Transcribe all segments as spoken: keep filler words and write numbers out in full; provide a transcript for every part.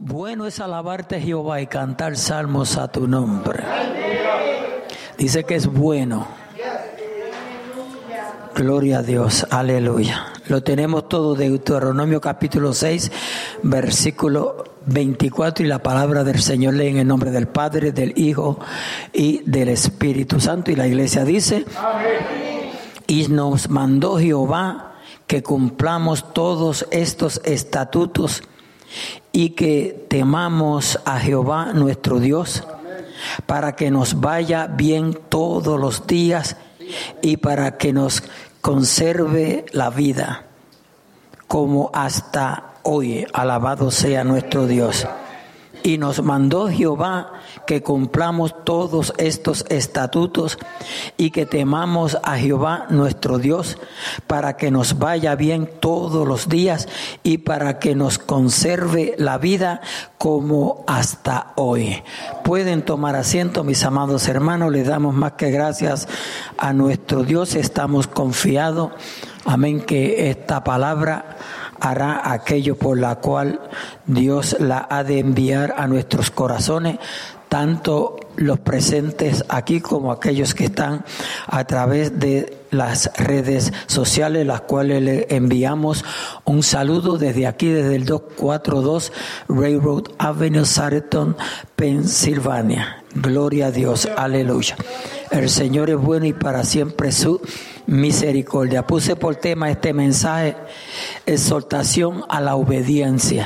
Bueno es alabarte, Jehová, y cantar salmos a tu nombre. Dice que es bueno. Gloria a Dios, aleluya. Lo tenemos todo de Deuteronomio capítulo seis, versículo veinticuatro, y la palabra del Señor lee en el nombre del Padre, del Hijo y del Espíritu Santo. Y la iglesia dice: amén. Y nos mandó Jehová que cumplamos todos estos estatutos y que temamos a Jehová nuestro Dios, para que nos vaya bien todos los días y para que nos conserve la vida, como hasta hoy. Alabado sea nuestro Dios. Y nos mandó Jehová que cumplamos todos estos estatutos y que temamos a Jehová nuestro Dios, para que nos vaya bien todos los días y para que nos conserve la vida, como hasta hoy. Pueden tomar asiento, mis amados hermanos. Le damos más que gracias a nuestro Dios. Estamos confiados, amén, que esta palabra hará aquello por la cual Dios la ha de enviar a nuestros corazones, tanto los presentes aquí como aquellos que están a través de las redes sociales, las cuales le enviamos un saludo desde aquí, desde el doscientos cuarenta y dos Railroad Avenue, Sarton, Pensilvania. Gloria a Dios, aleluya. El Señor es bueno y para siempre su misericordia. Puse por tema este mensaje: exhortación a la obediencia.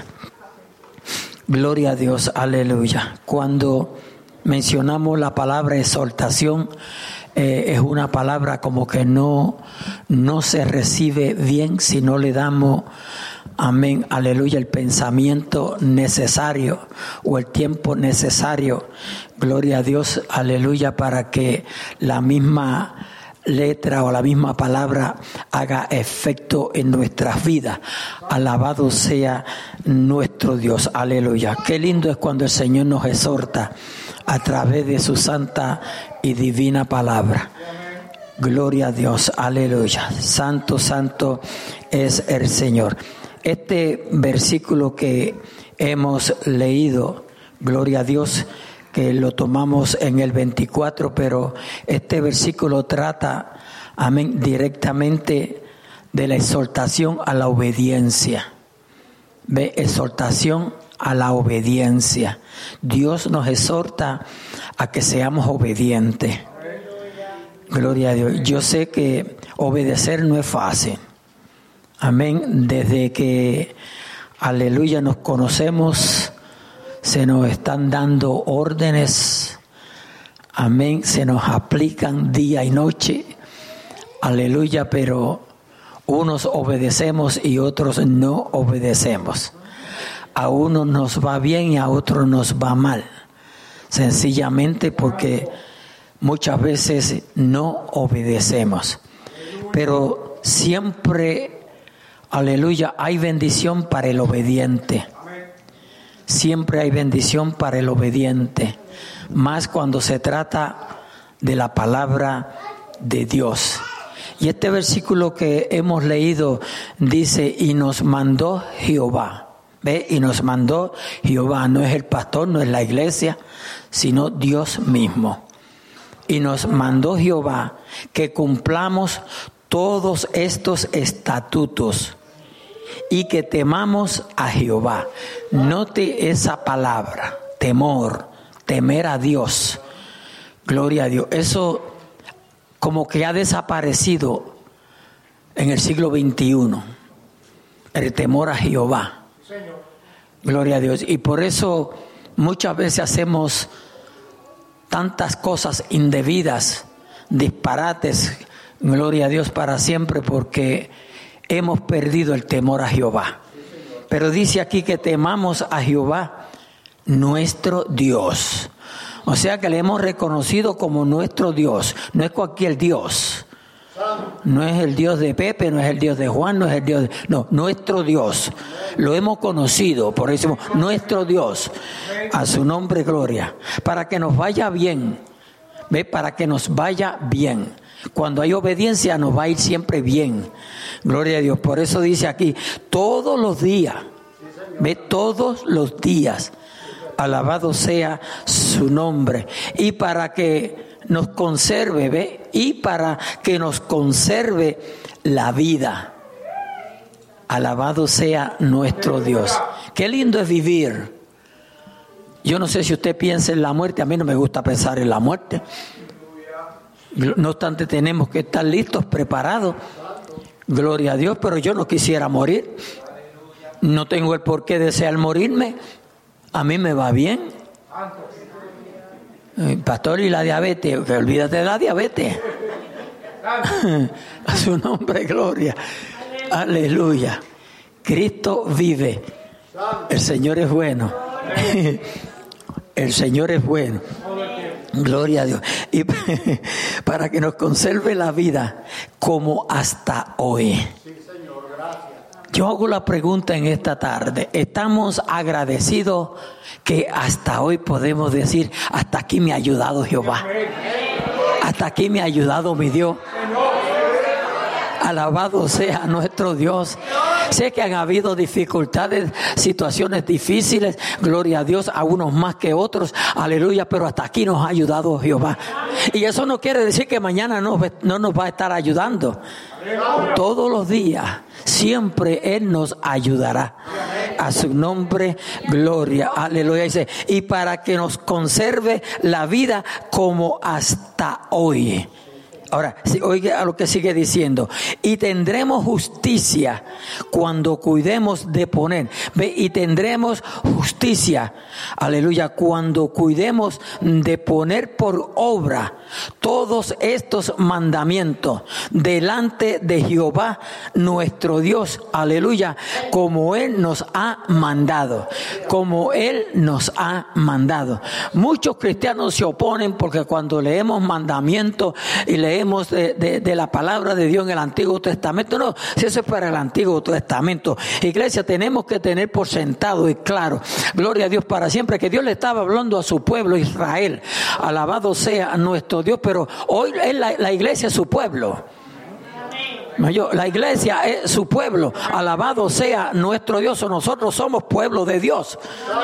Gloria a Dios, aleluya. Cuando mencionamos la palabra exhortación, eh, es una palabra como que no, no se recibe bien si no le damos, amén, aleluya, el pensamiento necesario o el tiempo necesario. Gloria a Dios, aleluya, para que la misma letra o la misma palabra haga efecto en nuestras vidas. Alabado sea nuestro Dios, aleluya. Qué lindo es cuando el Señor nos exhorta a través de su santa y divina palabra. Gloria a Dios, aleluya. Santo, santo es el Señor. Este versículo que hemos leído, gloria a Dios, que lo tomamos en el veinticuatro, pero este versículo trata, amén, directamente de la exhortación a la obediencia. Ve, exhortación a la obediencia. Dios nos exhorta a que seamos obedientes. Gloria a Dios. Yo sé que obedecer no es fácil. Amén. Desde que, aleluya, nos conocemos, se nos están dando órdenes, amén, se nos aplican día y noche, aleluya, pero unos obedecemos y otros no obedecemos. A unos nos va bien y a otros nos va mal, sencillamente porque muchas veces no obedecemos. Pero siempre, aleluya, hay bendición para el obediente. Siempre hay bendición para el obediente, más cuando se trata de la palabra de Dios. Y este versículo que hemos leído dice: y nos mandó Jehová. ¿Ve? Y nos mandó Jehová. No es el pastor, no es la iglesia, sino Dios mismo. Y nos mandó Jehová que cumplamos todos estos estatutos y que temamos a Jehová. Note esa palabra, temor, temer a Dios. Gloria a Dios. Eso como que ha desaparecido en el siglo veintiuno. El temor a Jehová. Gloria a Dios. Y por eso muchas veces hacemos tantas cosas indebidas, disparates, gloria a Dios, para siempre, porque hemos perdido el temor a Jehová. Pero dice aquí que temamos a Jehová, nuestro Dios. O sea que le hemos reconocido como nuestro Dios. No es cualquier Dios. No es el Dios de Pepe, no es el Dios de Juan, no es el Dios de... No, nuestro Dios. Lo hemos conocido, por eso decimos, nuestro Dios. A su nombre, gloria. Para que nos vaya bien. ¿Ve? Para que nos vaya bien. Cuando hay obediencia nos va a ir siempre bien. Gloria a Dios. Por eso dice aquí, todos los días. Ve, todos los días. Alabado sea su nombre. Y para que nos conserve, ve, y para que nos conserve la vida. Alabado sea nuestro Dios. Qué lindo es vivir. Yo no sé si usted piensa en la muerte. A mí no me gusta pensar en la muerte. No obstante, tenemos que estar listos, preparados. Gloria a Dios, pero yo no quisiera morir. No tengo el por qué desear morirme. A mí me va bien. Pastor, y la diabetes, que olvídate de la diabetes. A su nombre, gloria. Aleluya. Cristo vive. El Señor es bueno. El Señor es bueno. Gloria a Dios. Y para que nos conserve la vida como hasta hoy. Yo hago la pregunta en esta tarde. ¿Estamos agradecidos que hasta hoy podemos decir, hasta aquí me ha ayudado Jehová? Hasta aquí me ha ayudado mi Dios. Alabado sea nuestro Dios. Sé que han habido dificultades, situaciones difíciles, gloria a Dios, a unos más que otros, aleluya, pero hasta aquí nos ha ayudado Jehová. Y eso no quiere decir que mañana no, no nos va a estar ayudando. Todos los días, siempre Él nos ayudará. A su nombre, gloria, aleluya. Dice, y para que nos conserve la vida como hasta hoy. Ahora, oiga a lo que sigue diciendo. Y tendremos justicia cuando cuidemos de poner. Ve, y tendremos justicia, aleluya, cuando cuidemos de poner por obra todos estos mandamientos delante de Jehová nuestro Dios, aleluya, como Él nos ha mandado, como Él nos ha mandado. Muchos cristianos se oponen porque cuando leemos mandamientos y leemos De, de, de la palabra de Dios en el Antiguo Testamento, no, si eso es para el Antiguo Testamento. Iglesia, tenemos que tener por sentado y claro, gloria a Dios para siempre, que Dios le estaba hablando a su pueblo Israel. Alabado sea nuestro Dios, pero hoy es la, la iglesia es su pueblo. La iglesia es su pueblo. Alabado sea nuestro Dios, o nosotros somos pueblo de Dios.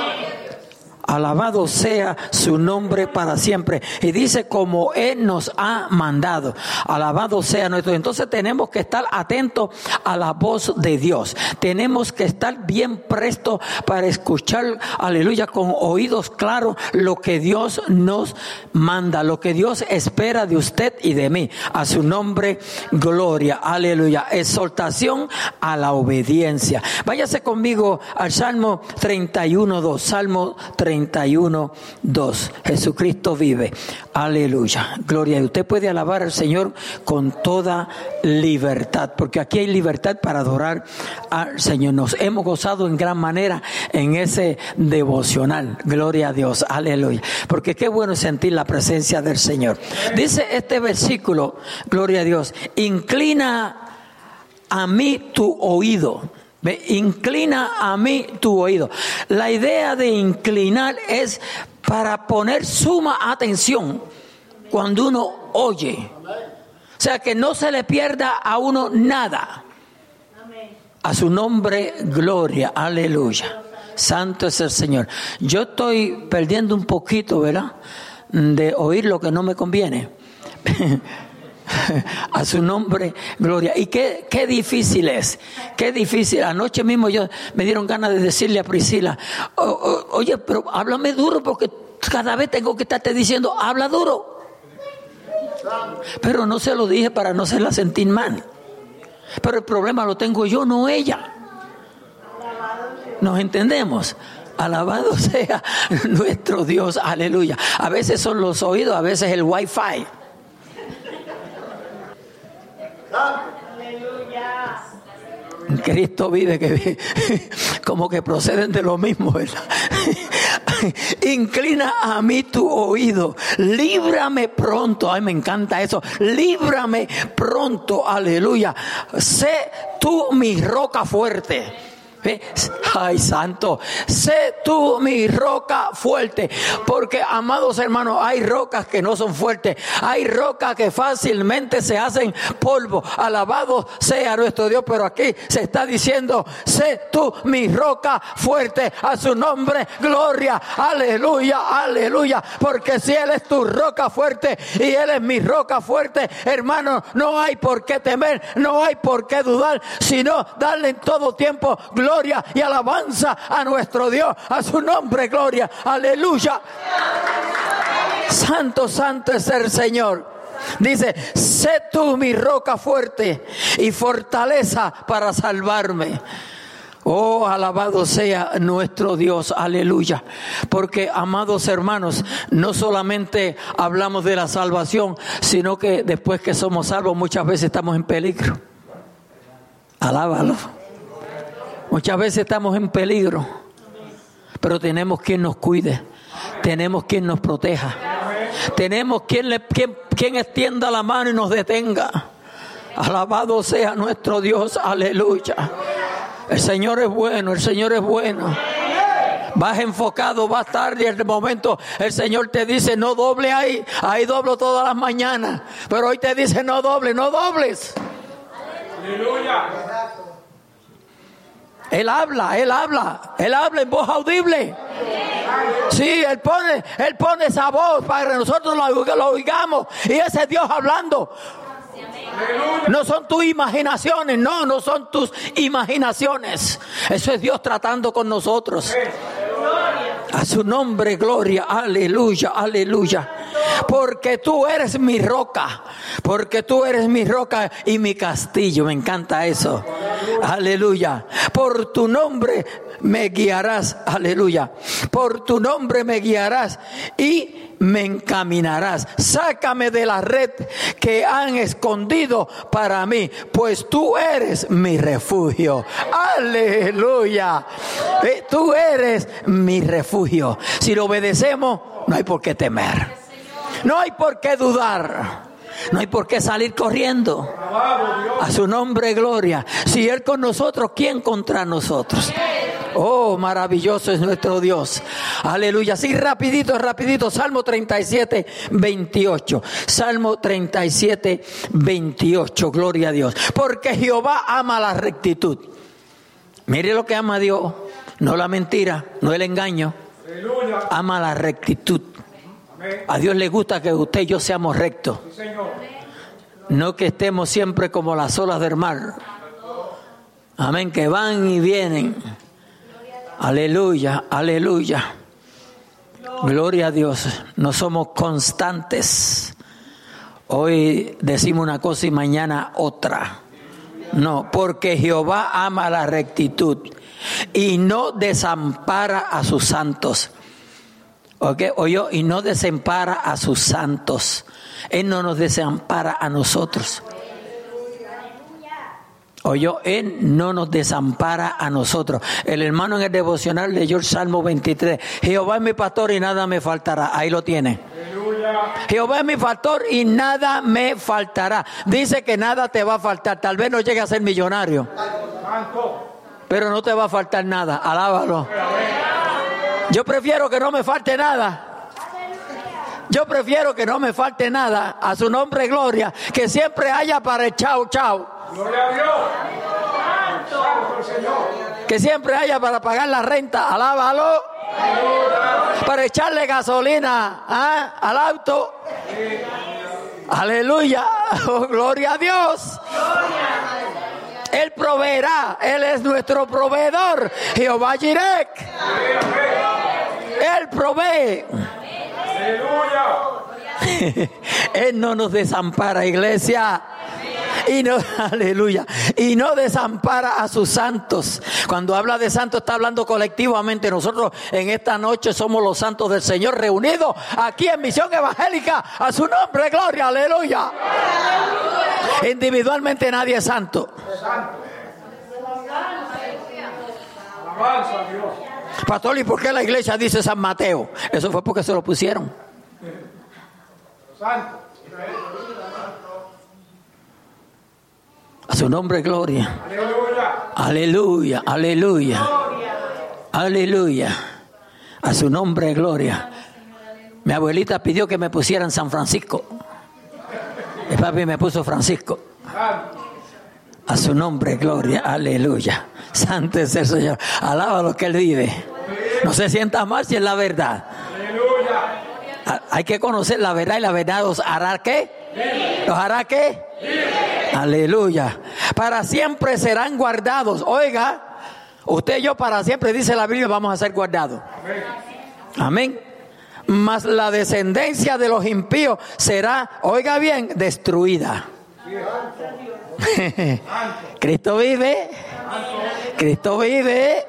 Alabado sea su nombre para siempre. Y dice, como Él nos ha mandado. Alabado sea nuestro. Entonces tenemos que estar atentos a la voz de Dios. Tenemos que estar bien prestos para escuchar, aleluya, con oídos claros lo que Dios nos manda, lo que Dios espera de usted y de mí. A su nombre, gloria, aleluya. Exhortación a la obediencia. Váyase conmigo al Salmo treinta y uno, dos. Salmo treinta y uno, dos. Jesucristo vive. Aleluya. Gloria. Y usted puede alabar al Señor con toda libertad, porque aquí hay libertad para adorar al Señor. Nos hemos gozado en gran manera en ese devocional. Gloria a Dios. Aleluya. Porque qué bueno es sentir la presencia del Señor. Dice este versículo, gloria a Dios, inclina a mí tu oído. Ve, inclina a mí tu oído. La idea de inclinar es para poner suma atención cuando uno oye. O sea, que no se le pierda a uno nada. A su nombre, gloria, aleluya. Santo es el Señor. Yo estoy perdiendo un poquito, ¿verdad?, de oír lo que no me conviene. A su nombre, gloria. Y qué, qué difícil es, qué difícil. Anoche mismo yo me dieron ganas de decirle a Priscila, o, o, oye, pero háblame duro, porque cada vez tengo que estarte diciendo, habla duro. Pero no se lo dije para no hacerla sentir mal. Pero el problema lo tengo yo, no ella. ¿Nos entendemos? Alabado sea nuestro Dios, aleluya. A veces son los oídos, a veces el wifi. Aleluya. Cristo vive, que como que proceden de lo mismo, ¿verdad? Inclina a mí tu oído, líbrame pronto. Ay, me encanta eso. Líbrame pronto, aleluya. Sé tú mi roca fuerte. Ay, santo, sé tú mi roca fuerte, porque, amados hermanos, hay rocas que no son fuertes, hay rocas que fácilmente se hacen polvo. Alabado sea nuestro Dios, pero aquí se está diciendo, sé tú mi roca fuerte, a su nombre gloria, aleluya, aleluya, porque si Él es tu roca fuerte y Él es mi roca fuerte, hermano, no hay por qué temer, no hay por qué dudar, sino darle en todo tiempo gloria y alabanza a nuestro Dios, a su nombre gloria, aleluya. Santo, santo es el Señor. Dice, sé tú mi roca fuerte y fortaleza para salvarme. Oh, alabado sea nuestro Dios, aleluya. Porque, amados hermanos, no solamente hablamos de la salvación, sino que después que somos salvos muchas veces estamos en peligro. Alábalo. Muchas veces estamos en peligro, pero tenemos quien nos cuide, tenemos quien nos proteja, tenemos quien, le, quien, quien extienda la mano y nos detenga. Alabado sea nuestro Dios, aleluya. El Señor es bueno, el Señor es bueno. Vas enfocado, vas tarde, en el momento el Señor te dice no doble ahí, ahí doblo todas las mañanas, pero hoy te dice no doble, no dobles. Aleluya. Él habla, Él habla, Él habla en voz audible. Sí, Él pone, Él pone esa voz para que nosotros lo, lo oigamos. Y ese es Dios hablando. No son tus imaginaciones, no, no son tus imaginaciones. Eso es Dios tratando con nosotros. A su nombre, gloria, aleluya, aleluya. Porque tú eres mi roca, porque tú eres mi roca y mi castillo. Me encanta eso. Aleluya. Por tu nombre me guiarás, aleluya. Por tu nombre me guiarás y me encaminarás. Sácame de la red que han escondido para mí, pues tú eres mi refugio. Aleluya. Eh, tú eres mi refugio. Si lo obedecemos, no hay por qué temer. No hay por qué dudar. No hay por qué salir corriendo. A su nombre, gloria. Si Él con nosotros, ¿quién contra nosotros? Oh, maravilloso es nuestro Dios. Aleluya. Sí, rapidito, rapidito. Salmo treinta y siete, veintiocho. Salmo treinta y siete, veintiocho. Gloria a Dios. Porque Jehová ama la rectitud. Mire lo que ama Dios. No la mentira, no el engaño. Ama la rectitud. A Dios le gusta que usted y yo seamos rectos. No que estemos siempre como las olas del mar. Amén, que van y vienen. Aleluya, aleluya. Gloria a Dios. No somos constantes. Hoy decimos una cosa y mañana otra. No, porque Jehová ama la rectitud y no desampara a sus santos. Okay, oyó, y no desampara a sus santos. Él no nos desampara a nosotros. Oyó, Él no nos desampara a nosotros. El hermano en el devocional leyó el Salmo veintitrés. Jehová es mi pastor y nada me faltará. Ahí lo tiene. Jehová es mi pastor y nada me faltará. Dice que nada te va a faltar. Tal vez no llegue a ser millonario, pero no te va a faltar nada. Alábalo. Yo prefiero que no me falte nada. Yo prefiero que no me falte nada. A su nombre, gloria. Que siempre haya para el chao, chao. Gloria a Dios. Que siempre haya para pagar la renta. Alábalo. Para echarle gasolina, ¿eh?, al auto. Aleluya. Oh, gloria a Dios. Él proveerá. Él es nuestro proveedor. Jehová Jireh. Él provee. Él no nos desampara, iglesia. Y no, aleluya. Y no desampara a sus santos. Cuando habla de santos está hablando colectivamente. Nosotros en esta noche somos los santos del Señor reunidos aquí en Misión Evangélica. A su nombre, gloria, aleluya. Individualmente nadie es santo. Alabanza a Dios. Pastor, ¿y por qué la iglesia dice San Mateo? Eso fue porque se lo pusieron. Santo. A su nombre, gloria. Aleluya, aleluya. Aleluya. A su nombre, gloria. Mi abuelita pidió que me pusieran San Francisco. El papi me puso Francisco. A su nombre, gloria. Aleluya. Santo es el Señor. Alaba lo que Él vive. No se sienta mal si es la verdad. Hay que conocer la verdad y la verdad os hará ¿qué? ¿Los hará qué? Aleluya. Para siempre serán guardados. Oiga, usted y yo para siempre, dice la Biblia, vamos a ser guardados. Amén. Mas la descendencia de los impíos será, oiga bien, destruida. Cristo vive. Cristo vive.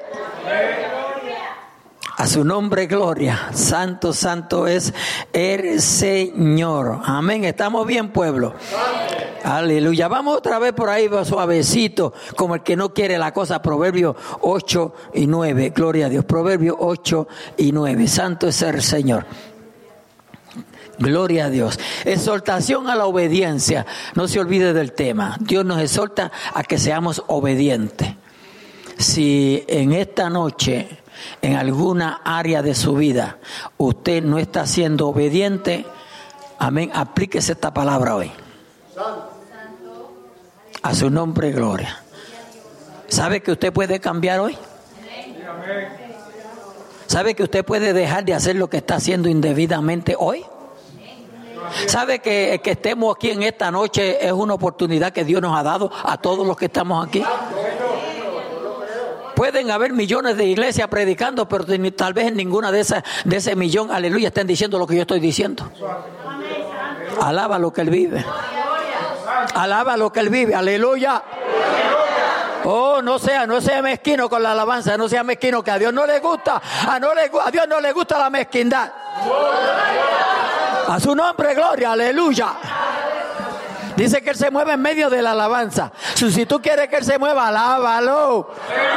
A su nombre, gloria. Santo, santo es el Señor. Amén. Estamos bien, pueblo. Aleluya. Vamos otra vez por ahí, suavecito, como el que no quiere la cosa. Proverbios ocho y nueve. Gloria a Dios. Proverbios ocho y nueve. Santo es el Señor. Gloria a Dios. Exhortación a la obediencia. No se olvide del tema. Dios nos exhorta a que seamos obedientes. Si en esta noche, en alguna área de su vida, usted no está siendo obediente, amén, aplíquese esta palabra hoy. A su nombre, gloria. ¿Sabe que usted puede cambiar hoy? ¿Sabe que usted puede dejar de hacer lo que está haciendo indebidamente hoy? ¿Sabe que, que estemos aquí en esta noche es una oportunidad que Dios nos ha dado a todos los que estamos aquí? Pueden haber millones de iglesias predicando, pero tal vez en ninguna de esas, de ese millón, aleluya, estén diciendo lo que yo estoy diciendo. Alaba lo que Él vive. Alaba lo que Él vive, aleluya. Oh, no sea, no sea mezquino con la alabanza, no sea mezquino, que a Dios no le gusta, a, no le, a Dios no le gusta la mezquindad. A su nombre, gloria, aleluya. Dice que Él se mueve en medio de la alabanza. Si tú quieres que Él se mueva, alábalo.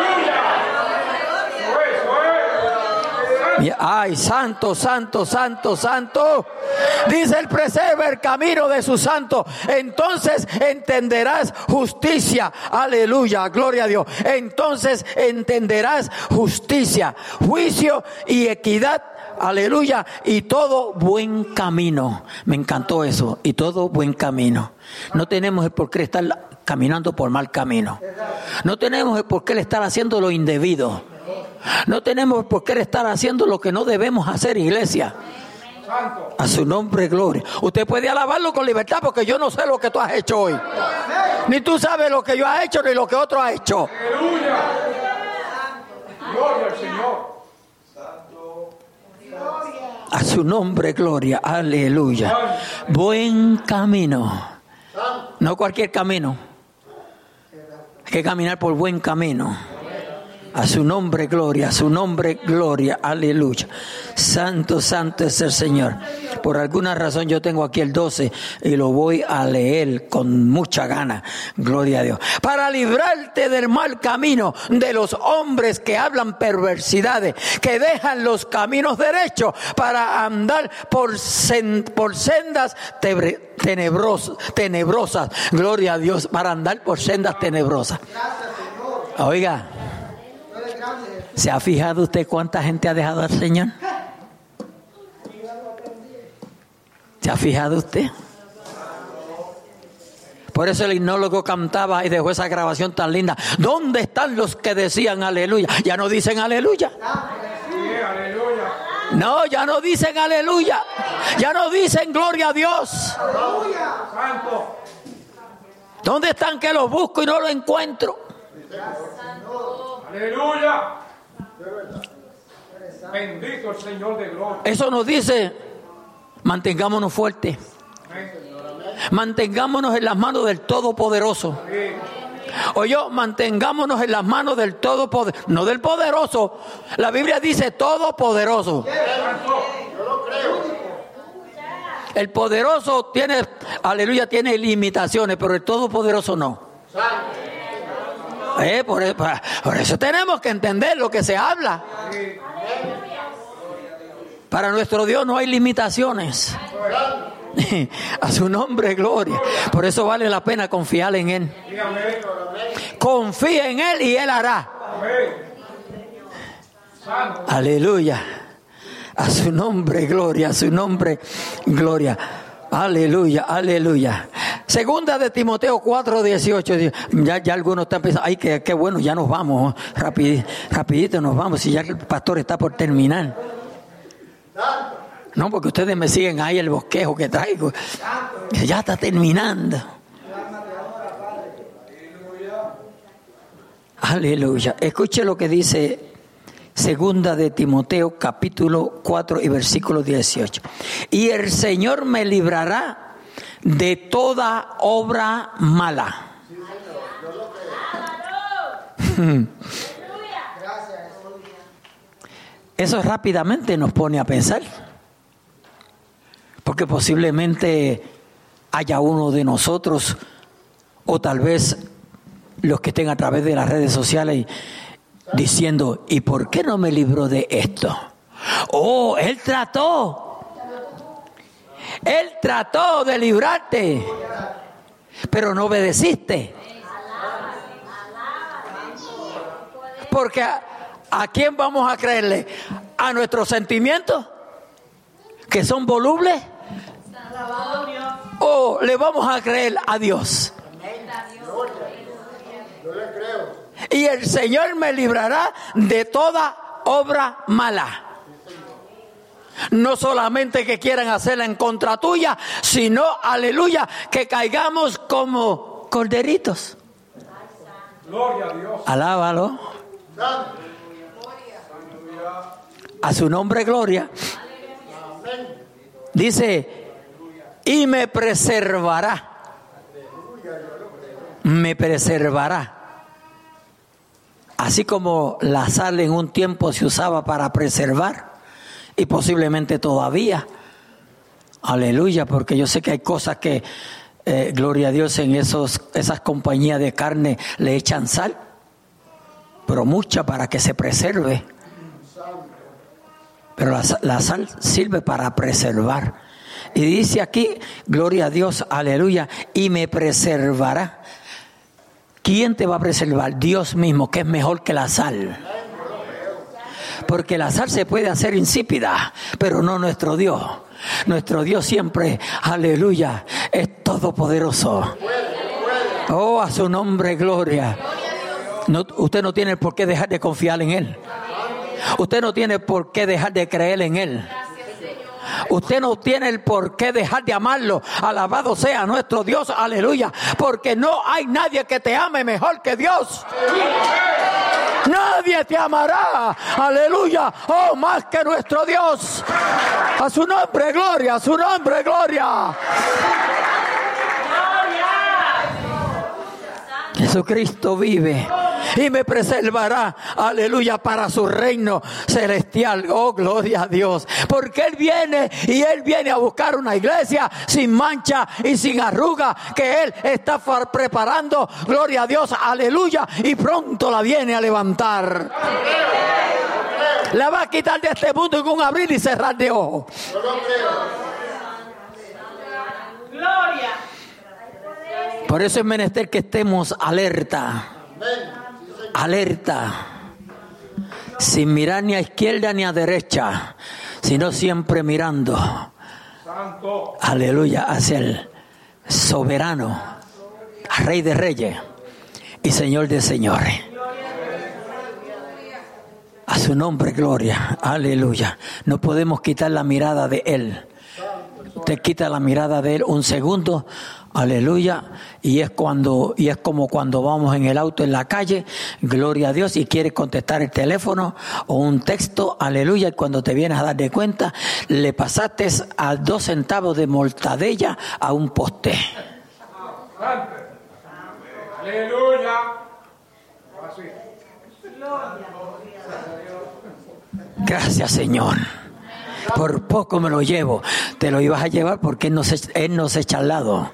Ay, santo, santo, santo, santo. Dice: Él preserva el camino de su santo. Entonces entenderás justicia. Aleluya, gloria a Dios. Entonces entenderás justicia, juicio y equidad. Aleluya, y todo buen camino. Me encantó eso. Y todo buen camino. No tenemos el por qué estar caminando por mal camino. No tenemos el por qué estar haciendo lo indebido. No tenemos el por qué estar haciendo lo que no debemos hacer, iglesia. A su nombre, gloria. Usted puede alabarlo con libertad, porque yo no sé lo que tú has hecho hoy. Ni tú sabes lo que yo he hecho, ni lo que otro ha hecho. Aleluya. Gloria al Señor. A su nombre, gloria, aleluya. Buen camino. No cualquier camino. Hay que caminar por buen camino. A su nombre, gloria, a su nombre, gloria, aleluya. Santo, santo es el Señor. Por alguna razón yo tengo aquí el doce y lo voy a leer con mucha gana. Gloria a Dios. Para librarte del mal camino de los hombres que hablan perversidades, que dejan los caminos derechos para andar por, sen, por sendas tebre, tenebrosas, tenebrosas. Gloria a Dios, para andar por sendas tenebrosas. Oiga, ¿se ha fijado usted cuánta gente ha dejado al Señor? ¿Se ha fijado usted? Por eso el himnólogo cantaba y dejó esa grabación tan linda. ¿Dónde están los que decían aleluya? Ya no dicen aleluya. No, ya no dicen aleluya. Ya no dicen gloria a Dios. ¿Dónde están que los busco y no los encuentro? Aleluya. Bendito el Señor de gloria. Eso nos dice: mantengámonos fuertes. Mantengámonos en las manos del Todopoderoso. Oye, mantengámonos en las manos del Todopoderoso, no del Poderoso. La Biblia dice Todopoderoso. El Poderoso tiene, aleluya, tiene limitaciones, pero el Todopoderoso no. Eh, por, por eso tenemos que entender lo que se habla. Para nuestro Dios no hay limitaciones. A su nombre, gloria. Por eso vale la pena confiar en Él. Confía en Él y Él hará. Aleluya. A su nombre, gloria. A su nombre, gloria. Aleluya, aleluya. Segunda de Timoteo cuatro dieciocho. Ya, ya algunos están pensando, ay, qué, qué bueno, ya nos vamos. Rapidito, rapidito nos vamos. Si ya el pastor está por terminar. No, porque ustedes me siguen ahí el bosquejo que traigo. Ya está terminando. Aleluya. Escuche lo que dice Segunda de Timoteo capítulo cuatro y versículo dieciocho. Y el Señor me librará de toda obra mala. Eso rápidamente nos pone a pensar. Porque posiblemente haya uno de nosotros, o tal vez los que estén a través de las redes sociales diciendo, ¿y por qué no me libró de esto? Oh, Él trató. Él trató de librarte, pero no obedeciste. Porque a, ¿a quién vamos a creerle? ¿A nuestros sentimientos? ¿Que son volubles? ¿O le vamos a creer a Dios? Y el Señor me librará de toda obra mala. No solamente que quieran hacerla en contra tuya, sino, aleluya, que caigamos como corderitos. Gloria a Dios. Alábalo. A su nombre, gloria. Dice, y me preservará. Me preservará. Así como la sal en un tiempo se usaba para preservar, y posiblemente todavía. Aleluya, porque yo sé que hay cosas que, eh, gloria a Dios, en esos, esas compañías de carne le echan sal, pero mucha para que se preserve. Pero la, la sal sirve para preservar. Y dice aquí, gloria a Dios, aleluya, y me preservará. ¿Quién te va a preservar? Dios mismo, que es mejor que la sal. Porque la sal se puede hacer insípida, pero no nuestro Dios. Nuestro Dios siempre, aleluya, es todopoderoso. Oh, a su nombre, gloria. No, usted no tiene por qué dejar de confiar en Él. Usted no tiene por qué dejar de creer en Él. Usted no tiene el por qué dejar de amarlo. Alabado sea nuestro Dios, aleluya. Porque no hay nadie que te ame mejor que Dios. Nadie te amará, aleluya, oh, más que nuestro Dios. A su nombre, gloria, a su nombre, gloria. Jesucristo vive y me preservará, aleluya, para su reino celestial. Oh, gloria a Dios, porque Él viene y Él viene a buscar una iglesia sin mancha y sin arruga, que Él está preparando, gloria a Dios, aleluya, y pronto la viene a levantar. La va a quitar de este mundo en un abrir y cerrar de ojos. Gloria. Por eso es menester que estemos alerta, alerta, sin mirar ni a izquierda ni a derecha, sino siempre mirando, Santo. Aleluya, hacia el soberano, Rey de Reyes y Señor de Señores. A su nombre, gloria, aleluya. No podemos quitar la mirada de Él. Usted quita la mirada de Él un segundo, aleluya, y es cuando y es como cuando vamos en el auto en la calle, gloria a Dios, y quieres contestar el teléfono o un texto, aleluya, y cuando te vienes a dar de cuenta, le pasaste a dos centavos de mortadella a un poste. Aleluya. Gracias, Señor. Por poco me lo llevo. Te lo ibas a llevar porque Él no se, él no se echa al lado.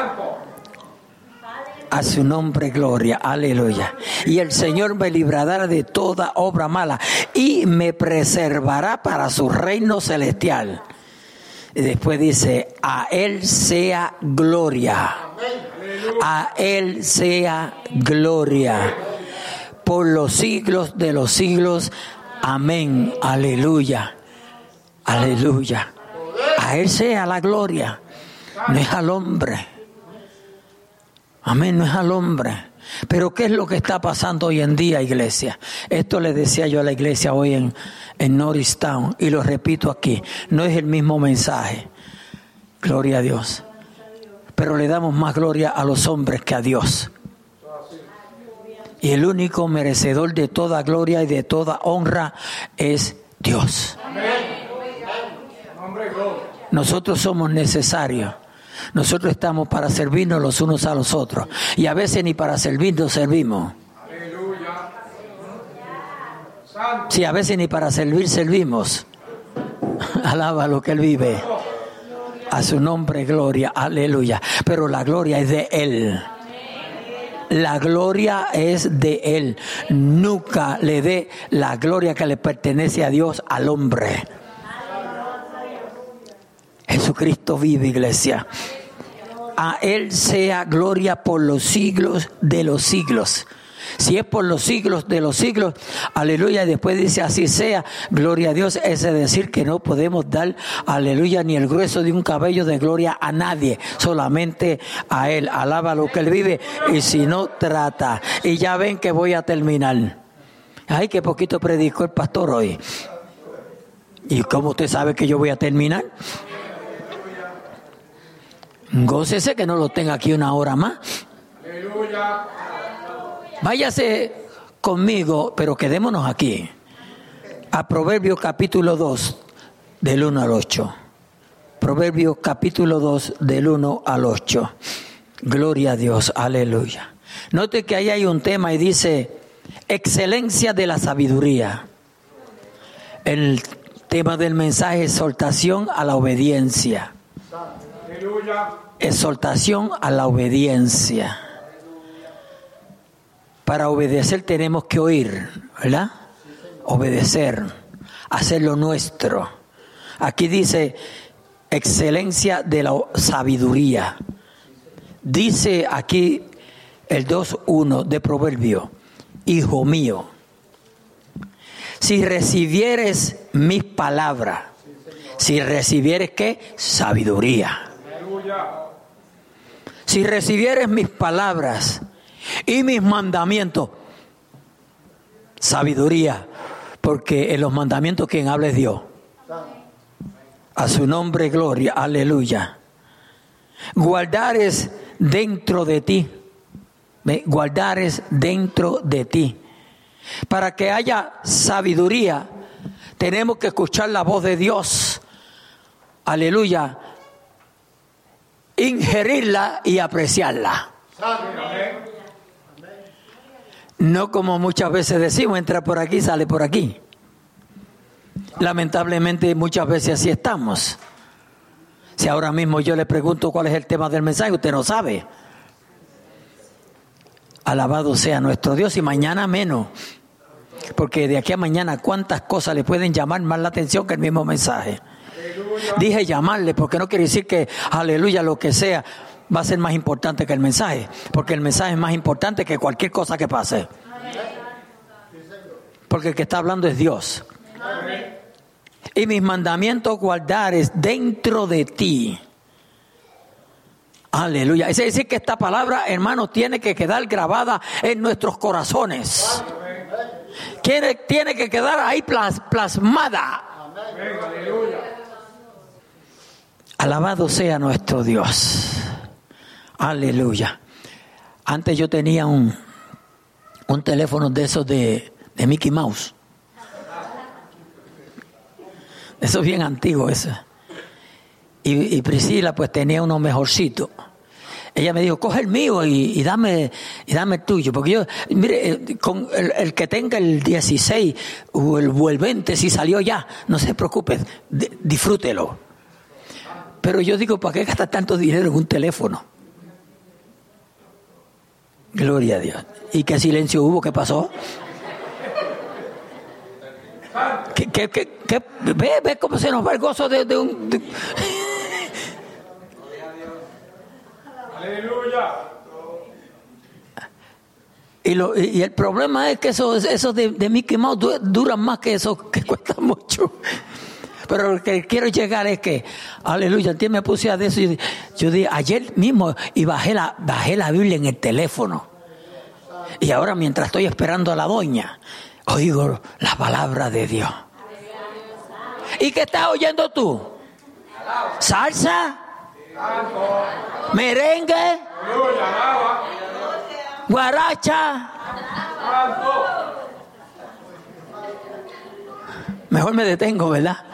A su nombre, gloria, aleluya. Y el Señor me librará de toda obra mala y me preservará para su reino celestial. Y después dice, a Él sea gloria. A Él sea gloria. Por los siglos de los siglos. Amén. Aleluya. Aleluya. A Él sea la gloria. No es al hombre. Amén, no es al hombre. Pero ¿qué es lo que está pasando hoy en día, iglesia? Esto le decía yo a la iglesia hoy en, en Norristown, y lo repito aquí. No es el mismo mensaje. Gloria a Dios. Pero le damos más gloria a los hombres que a Dios. Y el único merecedor de toda gloria y de toda honra es Dios. Nosotros somos necesarios. Nosotros estamos para servirnos los unos a los otros. Y a veces ni para servirnos servimos. Sí, a veces ni para servir servimos. Alaba lo que Él vive. A su nombre gloria. Aleluya. Pero la gloria es de Él. La gloria es de Él. Nunca le dé la gloria que le pertenece a Dios al hombre. Jesucristo vive, iglesia. A Él sea gloria por los siglos de los siglos. Si es por los siglos de los siglos, aleluya, y después dice así sea, gloria a Dios, es decir que no podemos dar, aleluya, ni el grueso de un cabello de gloria a nadie, solamente a Él. Alaba lo que Él vive, y si no, trata. Y ya ven que voy a terminar. Ay, qué poquito predicó el pastor hoy. ¿Y cómo usted sabe que yo voy a terminar? Gócese que no lo tenga aquí una hora más. Aleluya. Váyase conmigo, pero quedémonos aquí. A Proverbios capítulo dos, del uno al ocho. Proverbios capítulo dos, del uno al ocho. Gloria a Dios, aleluya. Note que ahí hay un tema y dice, excelencia de la sabiduría. El tema del mensaje, exhortación a la obediencia. Exhortación a la obediencia. Para obedecer tenemos que oír, ¿verdad? Obedecer, hacer lo nuestro. Aquí dice excelencia de la sabiduría. Dice aquí el dos uno de Proverbio, hijo mío, si recibieres mis palabras, si recibieres ¿qué? Sabiduría. Si recibieres mis palabras y mis mandamientos, sabiduría, porque en los mandamientos quien habla es Dios. A su nombre gloria, aleluya. Guardares dentro de ti, guardares dentro de ti. Para que haya sabiduría, tenemos que escuchar la voz de Dios. Aleluya. Ingerirla y apreciarla. No como muchas veces decimos, entra por aquí, sale por aquí. Lamentablemente muchas veces así estamos. Si ahora mismo yo le pregunto cuál es el tema del mensaje, usted no sabe. Alabado sea nuestro Dios, y mañana menos. Porque de aquí a mañana cuántas cosas le pueden llamar más la atención que el mismo mensaje. Dije llamarle porque no quiere decir que, aleluya, lo que sea va a ser más importante que el mensaje, porque el mensaje es más importante que cualquier cosa que pase, porque el que está hablando es Dios. Y mis mandamientos guardares dentro de ti. Aleluya. Es decir que esta palabra, hermanos, tiene que quedar grabada en nuestros corazones. Tiene, tiene que quedar ahí plas, plasmada. Aleluya. Alabado sea nuestro Dios. Aleluya. Antes yo tenía un, un teléfono de esos de, de Mickey Mouse. Eso es bien antiguo eso. Y, y Priscila pues tenía uno mejorcito. Ella me dijo, coge el mío y, y dame y dame el tuyo. Porque yo, mire, con el, el que tenga el dieciséis o el, o el veinte, si salió ya, no se preocupe, d- disfrútelo. Pero yo digo, ¿para qué gastar tanto dinero en un teléfono? Gloria a Dios. ¿Y qué silencio hubo? ¿Qué pasó? ¿Qué, qué, qué, qué? ¿Ve, ve cómo se nos va el gozo de, de un... De... Aleluya. Y, lo, y, y el problema es que esos eso de, de Mickey Mouse du, duran más que eso, que cuesta mucho. Pero lo que quiero llegar es que, aleluya, antes me puse a eso y yo dije, ayer mismo y bajé la, bajé la Biblia en el teléfono. Y ahora mientras estoy esperando a la doña, oigo la palabra de Dios. ¿Y qué estás oyendo tú? ¿Salsa? ¿Merengue? ¿Guaracha? Mejor me detengo, ¿verdad?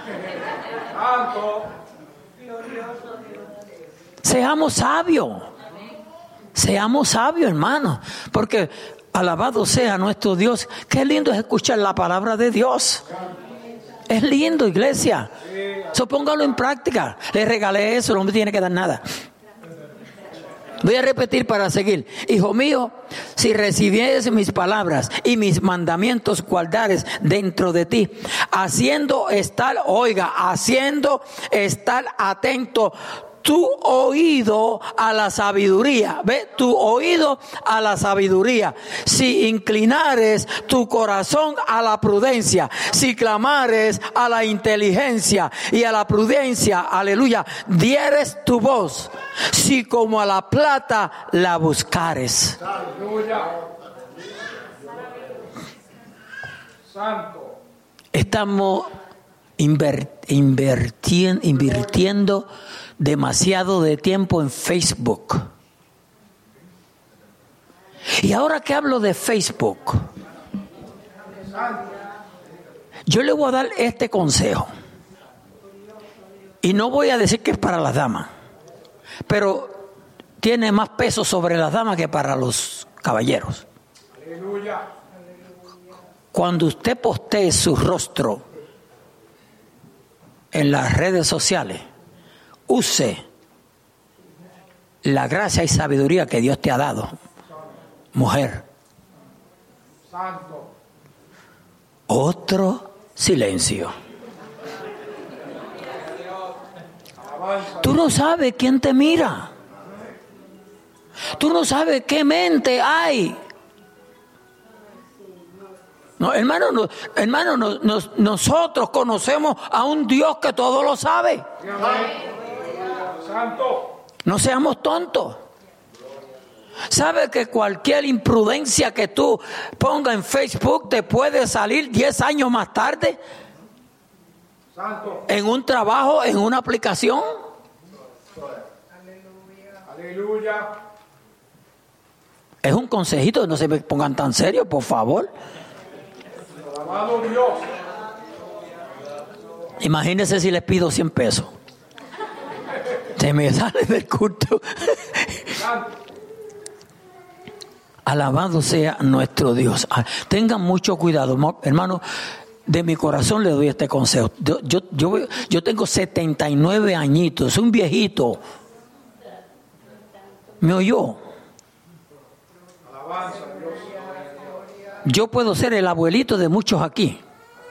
Seamos sabios. Seamos sabios, hermanos. Porque alabado sea nuestro Dios. Qué lindo es escuchar la palabra de Dios. Es lindo, iglesia. So, póngalo en práctica. Le regalé eso, no me tiene que dar nada. Voy a repetir para seguir. Hijo mío, si recibieres mis palabras y mis mandamientos guardares dentro de ti, haciendo estar, oiga, haciendo estar atento tu oído a la sabiduría, ve, tu oído a la sabiduría. Si inclinares tu corazón a la prudencia, si clamares a la inteligencia y a la prudencia, aleluya, dieres tu voz, si como a la plata la buscares. Aleluya. Santo. Estamos inver, invertien, invirtiendo demasiado de tiempo en Facebook. Y ahora que hablo de Facebook, yo le voy a dar este consejo. Y no voy a decir que es para las damas, pero tiene más peso sobre las damas que para los caballeros. Aleluya. Cuando usted postee su rostro en las redes sociales, use la gracia y sabiduría que Dios te ha dado, mujer. Santo. Otro silencio. Tú no sabes quién te mira. Tú no sabes qué mente hay. No, hermano, no, hermano no, no, nosotros conocemos a un Dios que todo lo sabe. Santo. No seamos tontos. ¿Sabe que cualquier imprudencia que tú pongas en Facebook te puede salir diez años más tarde? Santo. En un trabajo, en una aplicación. Aleluya. Es un consejito, no se me pongan tan serios, por favor. Alabado Dios. Imagínense si les pido cien pesos. Se me sale del culto. Alabado sea nuestro Dios. Tengan mucho cuidado, hermano. De mi corazón le doy este consejo. Yo, yo, yo, yo tengo setenta y nueve añitos, soy un viejito. ¿Me oyó? Alabanza Dios. Yo puedo ser el abuelito de muchos aquí.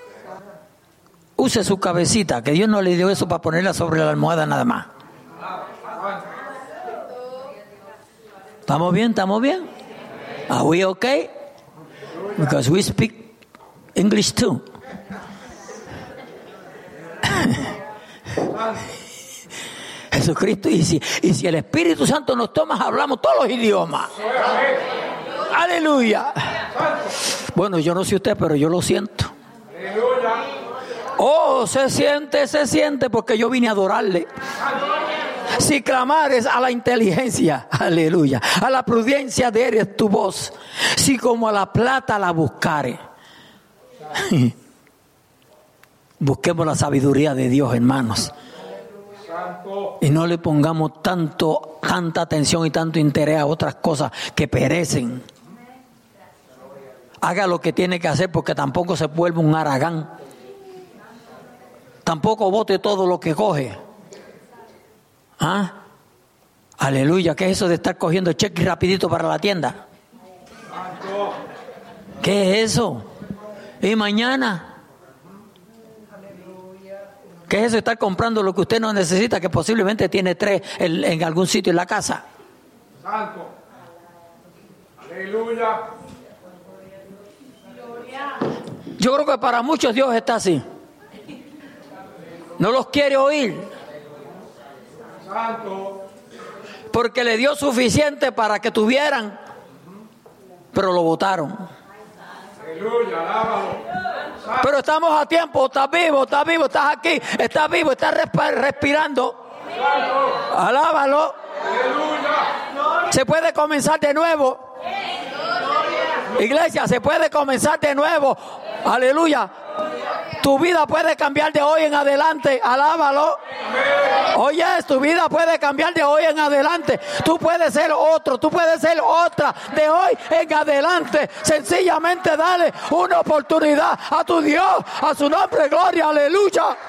Use su cabecita, que Dios no le dio eso para ponerla sobre la almohada nada más. ¿Estamos bien? ¿Estamos bien? Are we okay? Because we speak English too. Jesucristo, y si, y si el Espíritu Santo nos toma, hablamos todos los idiomas. Aleluya. Bueno, yo no sé usted, pero yo lo siento. Oh, se siente, se siente, porque yo vine a adorarle. Si clamares a la inteligencia, aleluya, a la prudencia dieres tu voz, si como a la plata la buscare. Busquemos la sabiduría de Dios, hermanos, y no le pongamos tanto, tanta atención y tanto interés a otras cosas que perecen. Haga lo que tiene que hacer, porque tampoco se vuelve un haragán. Tampoco bote todo lo que coge. ¿Ah? Aleluya, ¿qué es eso de estar cogiendo cheques rapidito para la tienda? ¿Qué es eso? ¿Y mañana? ¿Qué es eso de estar comprando lo que usted no necesita, que posiblemente tiene tres en, en algún sitio en la casa? Santo. Aleluya. Yo creo que para muchos Dios está así. No los quiere oír. Santo. Porque le dio suficiente para que tuvieran, pero lo botaron. Aleluya, alábalo. Santo. Pero estamos a tiempo, estás vivo, estás vivo, estás aquí, estás vivo, estás resp- respirando. Santo. Alábalo. Aleluya. Se puede comenzar de nuevo. Iglesia, se puede comenzar de nuevo. Aleluya. Tu vida puede cambiar de hoy en adelante. Alábalo. Oye, tu vida puede cambiar de hoy en adelante. Tú puedes ser otro, tú puedes ser otra de hoy en adelante. Sencillamente dale una oportunidad a tu Dios, a su nombre, gloria, aleluya.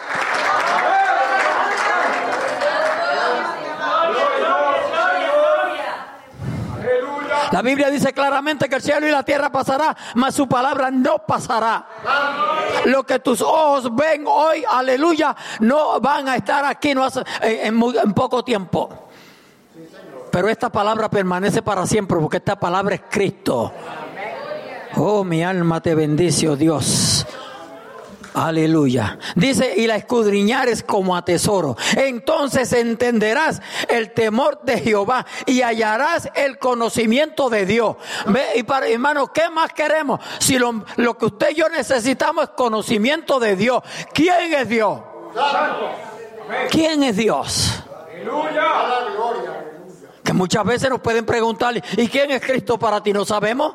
La Biblia dice claramente que el cielo y la tierra pasará, mas su palabra no pasará. Lo que tus ojos ven hoy, aleluya, no van a estar aquí no hace, en, muy, en poco tiempo. Pero esta palabra permanece para siempre, porque esta palabra es Cristo. Oh, mi alma te bendice, oh Dios. Aleluya. Dice, y la escudriñares como a tesoro. Entonces entenderás el temor de Jehová y hallarás el conocimiento de Dios. ¿Ve? Y para hermanos, ¿qué más queremos? Si lo, lo que usted y yo necesitamos es conocimiento de Dios. ¿Quién es Dios? ¿Quién es Dios? Aleluya. Que muchas veces nos pueden preguntar, ¿y quién es Cristo para ti? ¿No sabemos?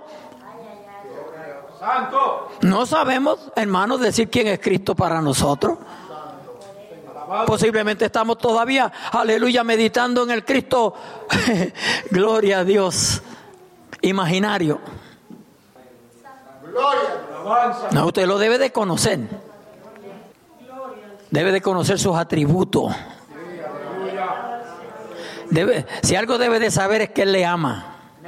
Santo. No sabemos, hermanos, decir quién es Cristo para nosotros. Posiblemente estamos todavía, aleluya, meditando en el Cristo, gloria a Dios, imaginario. No, usted lo debe de conocer. Debe de conocer sus atributos. Debe, si algo debe de saber es que Él le ama.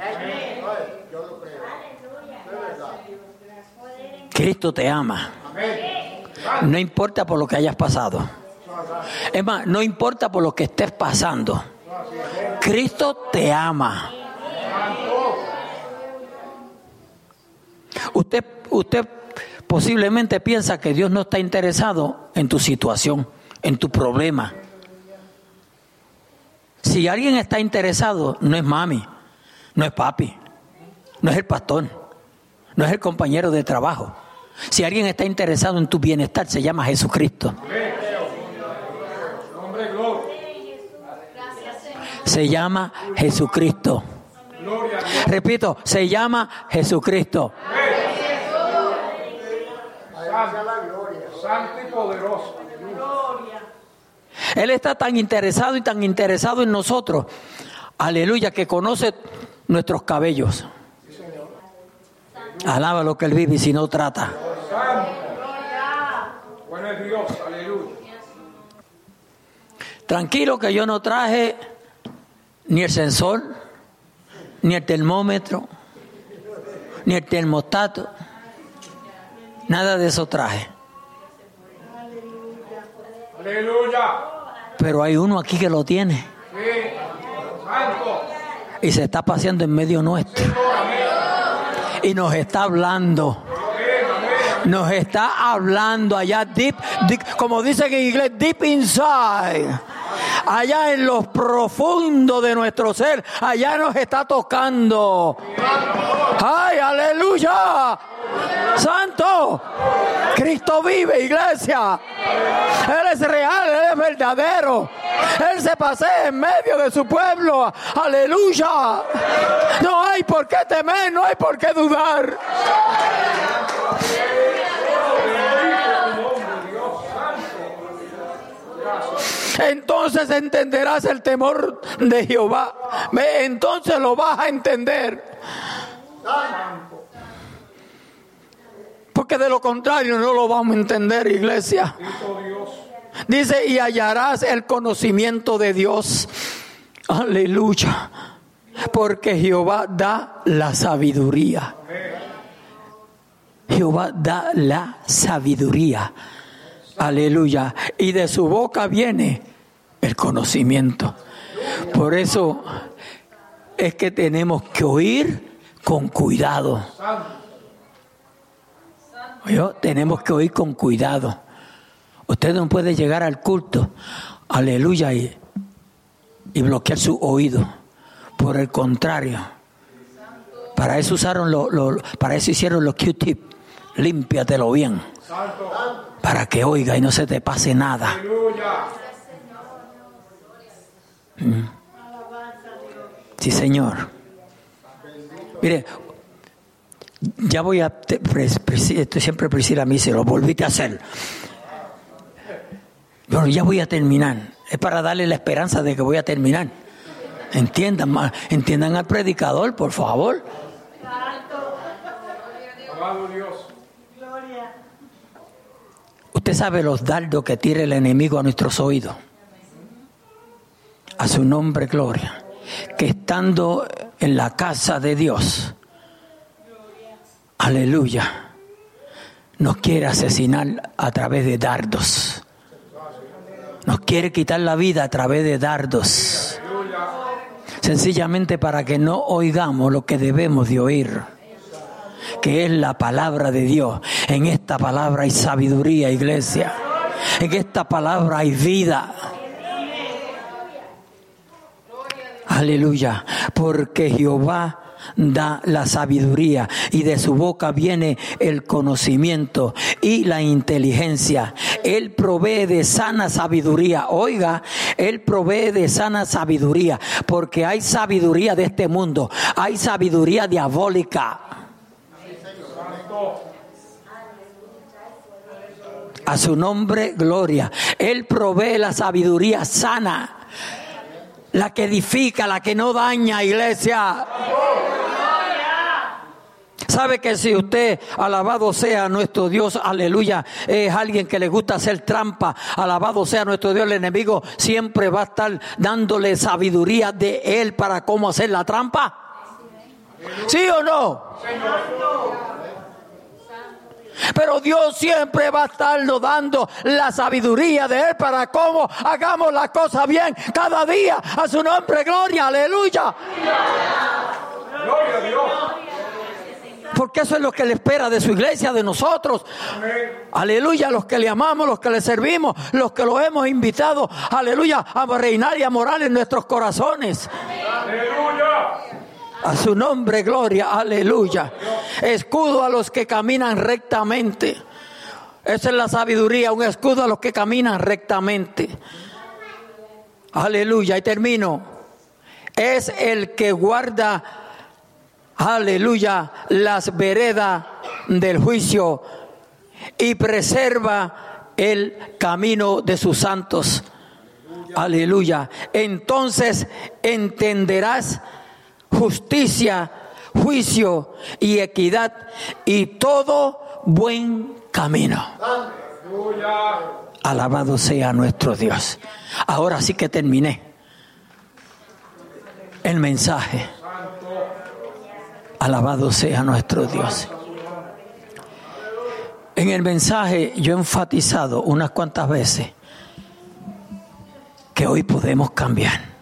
Cristo te ama. No importa por lo que hayas pasado. Es más, no importa por lo que estés pasando. Cristo te ama. Usted, usted posiblemente piensa que Dios no está interesado en tu situación, en tu problema. Si alguien está interesado, no es mami, no es papi, no es el pastor, no es el compañero de trabajo. Si alguien está interesado en tu bienestar, se llama Jesucristo. Se llama Jesucristo. Repito, se llama Jesucristo. Santo y poderoso. Él está tan interesado y tan interesado en nosotros, aleluya, que conoce nuestros cabellos. Alaba lo que Él vive y si no trata. Bueno es Dios, aleluya. Tranquilo que yo no traje ni el sensor, ni el termómetro, ni el termostato. Nada de eso traje. Aleluya. Pero hay uno aquí que lo tiene. Sí. Santo. Y se está paseando en medio nuestro. Y nos está hablando. Nos está hablando allá deep, deep, como dicen en inglés, deep inside. Allá en lo profundo de nuestro ser, allá nos está tocando. ¡Ay, aleluya! ¡Santo! Cristo vive, iglesia. Él es real, Él es verdadero. Él se pasea en medio de su pueblo. ¡Aleluya! No hay por qué temer, no hay por qué dudar. Entonces entenderás el temor de Jehová. Entonces lo vas a entender. Porque de lo contrario no lo vamos a entender, iglesia. Dice, y hallarás el conocimiento de Dios. Aleluya. Porque Jehová da la sabiduría. Jehová da la sabiduría. Aleluya. Y de su boca viene el conocimiento. Por eso, es que tenemos que oír con cuidado. ¿Oyó? Tenemos que oír con cuidado. Usted no puede llegar al culto, aleluya, y, y bloquear su oído. Por el contrario, para eso usaron lo, lo, para eso hicieron los Q-tip. Límpiatelo bien, para que oiga y no se te pase nada. Mm. Sí, Señor. Mire, ya voy a, te, pres, pres, esto siempre Priscila me dice, lo volviste a hacer. Bueno, ya voy a terminar. Es para darle la esperanza de que voy a terminar. Entiendan, entiendan al predicador, por favor. Usted sabe los dardos que tira el enemigo a nuestros oídos. A su nombre, gloria. Que estando en la casa de Dios, aleluya, nos quiere asesinar a través de dardos. Nos quiere quitar la vida a través de dardos. Sencillamente para que no oigamos lo que debemos de oír, que es la palabra de Dios. En esta palabra hay sabiduría, iglesia. En esta palabra hay vida. Aleluya. Porque Jehová da la sabiduría y de su boca viene el conocimiento y la inteligencia. Él provee de sana sabiduría. Oiga, Él provee de sana sabiduría, porque hay sabiduría de este mundo, hay sabiduría diabólica. A su nombre, gloria. Él provee la sabiduría sana, la que edifica, la que no daña, iglesia. Sabe que si usted, alabado sea nuestro Dios, aleluya, es alguien que le gusta hacer trampa, alabado sea nuestro Dios, el enemigo siempre va a estar dándole sabiduría de él para cómo hacer la trampa. ¿Sí o no? Pero Dios siempre va a estarnos dando la sabiduría de Él para cómo hagamos las cosas bien cada día. A su nombre, gloria, aleluya. Gloria a Dios. Porque eso es lo que le espera de su iglesia, de nosotros. Amén. Aleluya, los que le amamos, los que le servimos, los que lo hemos invitado, aleluya, a reinar y a morar en nuestros corazones. Aleluya. A su nombre, gloria, aleluya. Escudo a los que caminan rectamente. Esa es la sabiduría, un escudo a los que caminan rectamente. Aleluya, y termino. Es el que guarda, aleluya, las veredas del juicio y preserva el camino de sus santos. Aleluya. Entonces entenderás justicia, juicio y equidad y todo buen camino. Aleluya. Alabado sea nuestro Dios. Ahora sí que terminé el mensaje. Alabado sea nuestro Dios. En el mensaje yo he enfatizado unas cuantas veces que hoy podemos cambiar.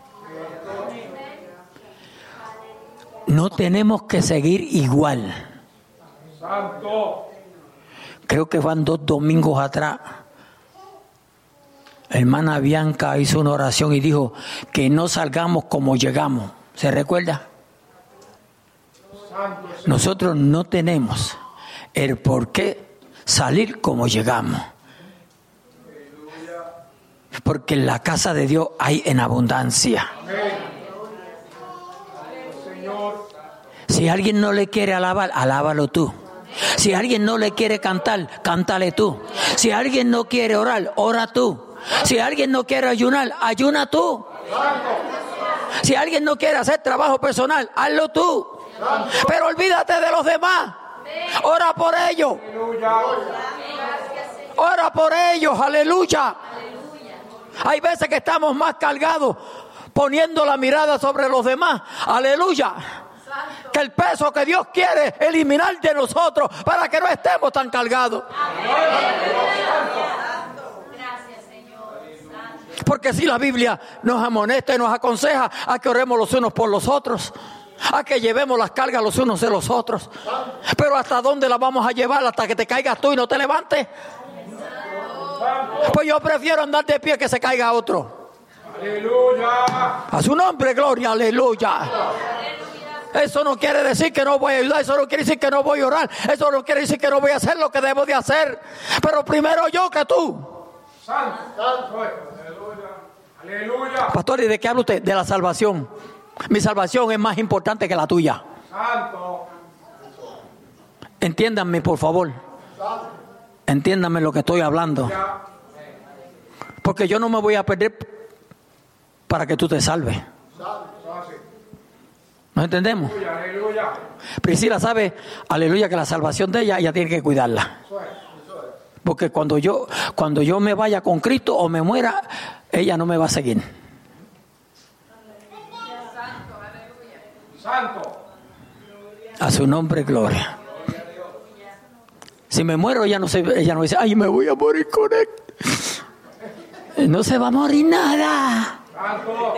No tenemos que seguir igual. Santo. Creo que van dos domingos atrás. Hermana Bianca hizo una oración y dijo que no salgamos como llegamos. ¿Se recuerda? Nosotros no tenemos el por qué salir como llegamos. Porque en la casa de Dios hay en abundancia. Si alguien no le quiere alabar, alábalo tú. Si alguien no le quiere cantar, cántale tú. Si alguien no quiere orar, ora tú. Si alguien no quiere ayunar, ayuna tú. Si alguien no quiere hacer trabajo personal, hazlo tú. Pero olvídate de los demás. Ora por ellos. Ora por ellos, aleluya. Hay veces que estamos más cargados poniendo la mirada sobre los demás, aleluya, que el peso que Dios quiere eliminar de nosotros para que no estemos tan cargados. Porque si la Biblia nos amonesta y nos aconseja a que oremos los unos por los otros, a que llevemos las cargas los unos de los otros. Pero ¿hasta dónde las vamos a llevar? ¿Hasta que te caigas tú y no te levantes? Pues yo prefiero andar de pie que se caiga otro. Aleluya. A su nombre, gloria, aleluya. Eso no quiere decir que no voy a ayudar, eso no quiere decir que no voy a orar, eso no quiere decir que no voy a hacer lo que debo de hacer. Pero primero yo que tú. Santo, santo. Aleluya. Aleluya. Pastor, ¿y de qué habla usted? De la salvación. Mi salvación es más importante que la tuya. Santo. Entiéndanme, por favor. Entiéndanme lo que estoy hablando. Porque yo no me voy a perder para que tú te salves. ¿Nos entendemos? Aleluya. Priscila sabe, aleluya, que la salvación de ella, ella tiene que cuidarla. Porque cuando yo, cuando yo me vaya con Cristo o me muera, ella no me va a seguir. Santo. A su nombre, gloria. Si me muero, ella no, se, ella no dice, ay, me voy a morir con él. No se va a morir nada. Santo.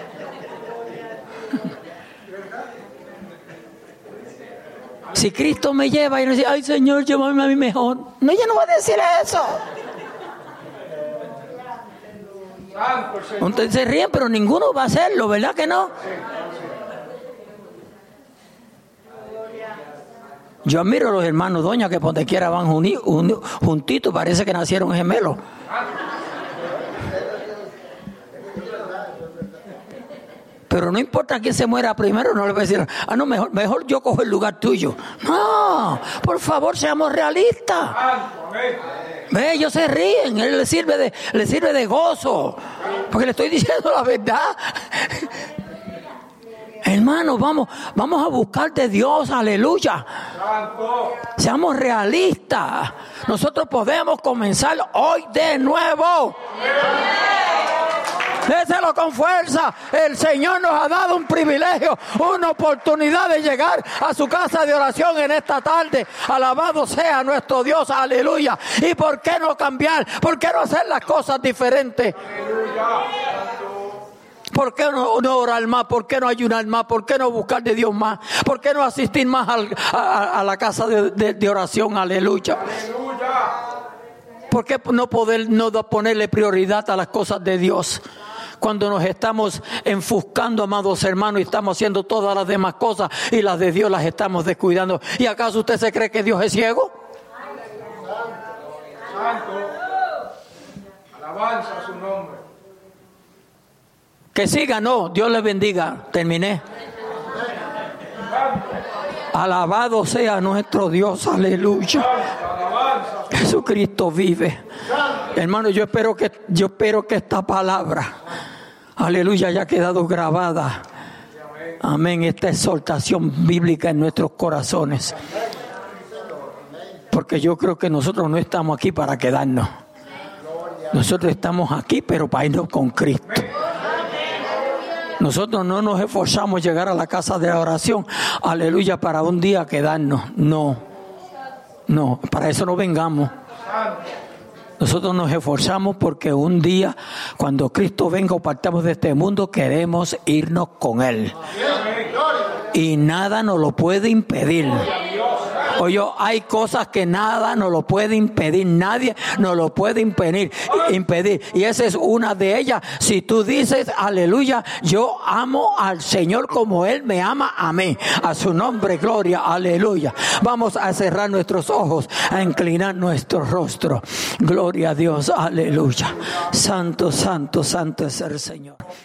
Si Cristo me lleva y no dice, ay, Señor, llévame a mí mejor. No, ella no va a decir eso. Santo el Señor. Ustedes se ríen, pero ninguno va a hacerlo, ¿verdad que no? Yo admiro a los hermanos Doña que por donde quiera van uni, uni, juntitos, parece que nacieron gemelos. Pero no importa quién se muera primero, no le voy a decir, ah, no, mejor, mejor yo cojo el lugar tuyo. No, por favor, seamos realistas. Ve, ellos se ríen, él le sirve de, le sirve de gozo, porque le estoy diciendo la verdad. Hermanos, vamos, vamos a buscar de Dios, aleluya. Seamos realistas. Nosotros podemos comenzar hoy de nuevo. Déselo con fuerza. El Señor nos ha dado un privilegio, una oportunidad de llegar a su casa de oración en esta tarde. Alabado sea nuestro Dios, aleluya. ¿Y por qué no cambiar? ¿Por qué no hacer las cosas diferentes? ¿Por qué no, no orar más? ¿Por qué no ayunar más? ¿Por qué no buscar de Dios más? ¿Por qué no asistir más al, a, a la casa de, de, de oración? Aleluya. ¿Por qué no poder no ponerle prioridad a las cosas de Dios? Cuando nos estamos enfuscando, amados hermanos, y estamos haciendo todas las demás cosas y las de Dios las estamos descuidando. ¿Y acaso usted se cree que Dios es ciego? Santo. Alabanza a su nombre. Que siga, no, Dios le bendiga. Terminé. Alabado sea nuestro Dios, aleluya. Jesucristo vive. Hermano, yo espero que yo espero que esta palabra, aleluya, haya quedado grabada. Amén, esta exhortación bíblica en nuestros corazones. Porque yo creo que nosotros no estamos aquí para quedarnos. Nosotros estamos aquí, pero para irnos con Cristo. Nosotros no nos esforzamos a llegar a la casa de la oración, aleluya, para un día quedarnos. No, no, para eso no vengamos. Nosotros nos esforzamos porque un día, cuando Cristo venga o partamos de este mundo, queremos irnos con Él. Y nada nos lo puede impedir. Oye, hay cosas que nada nos lo puede impedir, nadie nos lo puede impedir, impedir. Y esa es una de ellas. Si tú dices, aleluya, yo amo al Señor como Él me ama a mí. A su nombre, gloria, aleluya. Vamos a cerrar nuestros ojos, a inclinar nuestro rostro. Gloria a Dios, aleluya. Santo, santo, santo es el Señor.